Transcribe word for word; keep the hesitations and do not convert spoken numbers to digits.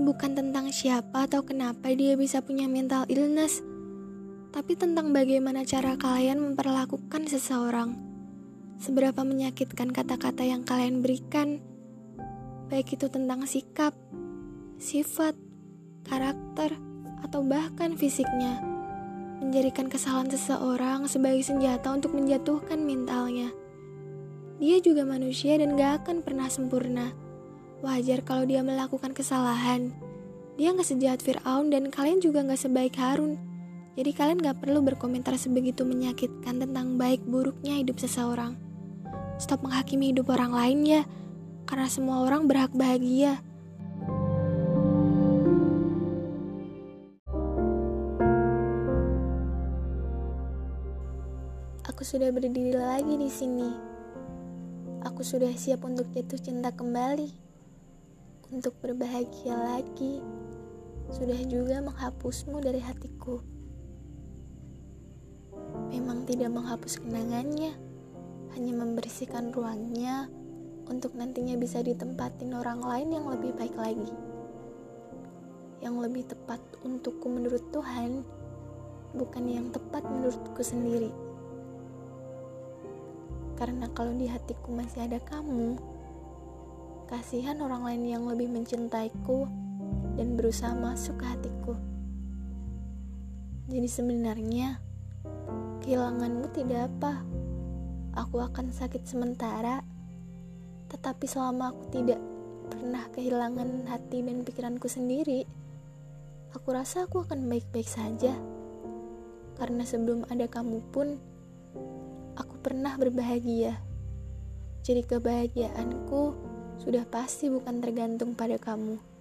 bukan tentang siapa atau kenapa dia bisa punya mental illness, tapi tentang bagaimana cara kalian memperlakukan seseorang. Seberapa menyakitkan kata-kata yang kalian berikan, baik itu tentang sikap, sifat, karakter, atau bahkan fisiknya. Menjadikan kesalahan seseorang sebagai senjata untuk menjatuhkan mentalnya. Dia juga manusia dan gak akan pernah sempurna. Wajar kalau dia melakukan kesalahan. Dia gak sejahat Fir'aun dan kalian juga gak sebaik Harun. Jadi kalian gak perlu berkomentar sebegitu menyakitkan tentang baik buruknya hidup seseorang. Stop menghakimi hidup orang lain ya, karena semua orang berhak bahagia. Aku sudah berdiri lagi di sini. Aku sudah siap untuk jatuh cinta kembali, untuk berbahagia lagi. Sudah juga menghapusmu dari hatiku. Memang tidak menghapus kenangannya, hanya membersihkan ruangnya untuk nantinya bisa ditempatin orang lain yang lebih baik lagi. Yang lebih tepat untukku menurut Tuhan, bukan yang tepat menurutku sendiri. Karena kalau di hatiku masih ada kamu, kasihan orang lain yang lebih mencintaiku dan berusaha masuk ke hatiku. Jadi sebenarnya, kehilanganmu tidak apa. Aku akan sakit sementara, tetapi selama aku tidak pernah kehilangan hati dan pikiranku sendiri, aku rasa aku akan baik-baik saja. Karena sebelum ada kamu pun, aku pernah berbahagia. Jadi kebahagiaanku sudah pasti bukan tergantung pada kamu.